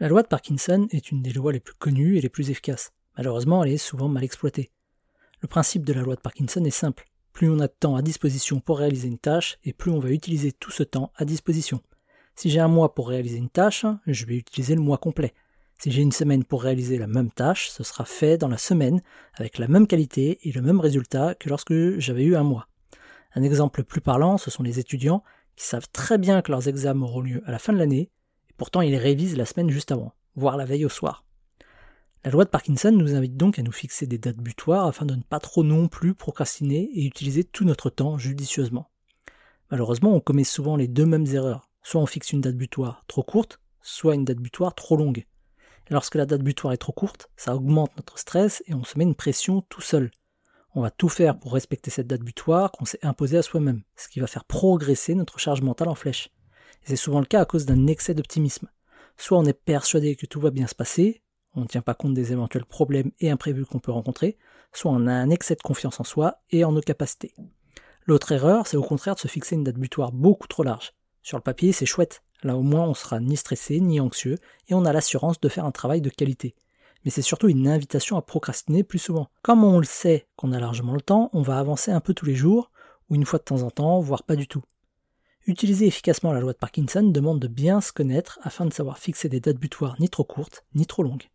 La loi de Parkinson est une des lois les plus connues et les plus efficaces. Malheureusement, elle est souvent mal exploitée. Le principe de la loi de Parkinson est simple. Plus on a de temps à disposition pour réaliser une tâche, et plus on va utiliser tout ce temps à disposition. Si j'ai un mois pour réaliser une tâche, je vais utiliser le mois complet. Si j'ai une semaine pour réaliser la même tâche, ce sera fait dans la semaine, avec la même qualité et le même résultat que lorsque j'avais eu un mois. Un exemple plus parlant, ce sont les étudiants qui savent très bien que leurs examens auront lieu à la fin de l'année, et pourtant ils révisent la semaine juste avant, voire la veille au soir. La loi de Parkinson nous invite donc à nous fixer des dates butoirs afin de ne pas trop non plus procrastiner et utiliser tout notre temps judicieusement. Malheureusement, on commet souvent les deux mêmes erreurs. Soit on fixe une date butoir trop courte, soit une date butoir trop longue. Et lorsque la date butoir est trop courte, ça augmente notre stress et on se met une pression tout seul. On va tout faire pour respecter cette date butoir qu'on s'est imposée à soi-même, ce qui va faire progresser notre charge mentale en flèche. Et c'est souvent le cas à cause d'un excès d'optimisme. Soit on est persuadé que tout va bien se passer, on ne tient pas compte des éventuels problèmes et imprévus qu'on peut rencontrer, soit on a un excès de confiance en soi et en nos capacités. L'autre erreur, c'est au contraire de se fixer une date butoir beaucoup trop large. Sur le papier, c'est chouette. Là au moins, on sera ni stressé, ni anxieux, et on a l'assurance de faire un travail de qualité. Mais c'est surtout une invitation à procrastiner plus souvent. Comme on le sait qu'on a largement le temps, on va avancer un peu tous les jours, ou une fois de temps en temps, voire pas du tout. Utiliser efficacement la loi de Parkinson demande de bien se connaître afin de savoir fixer des dates butoirs ni trop courtes, ni trop longues.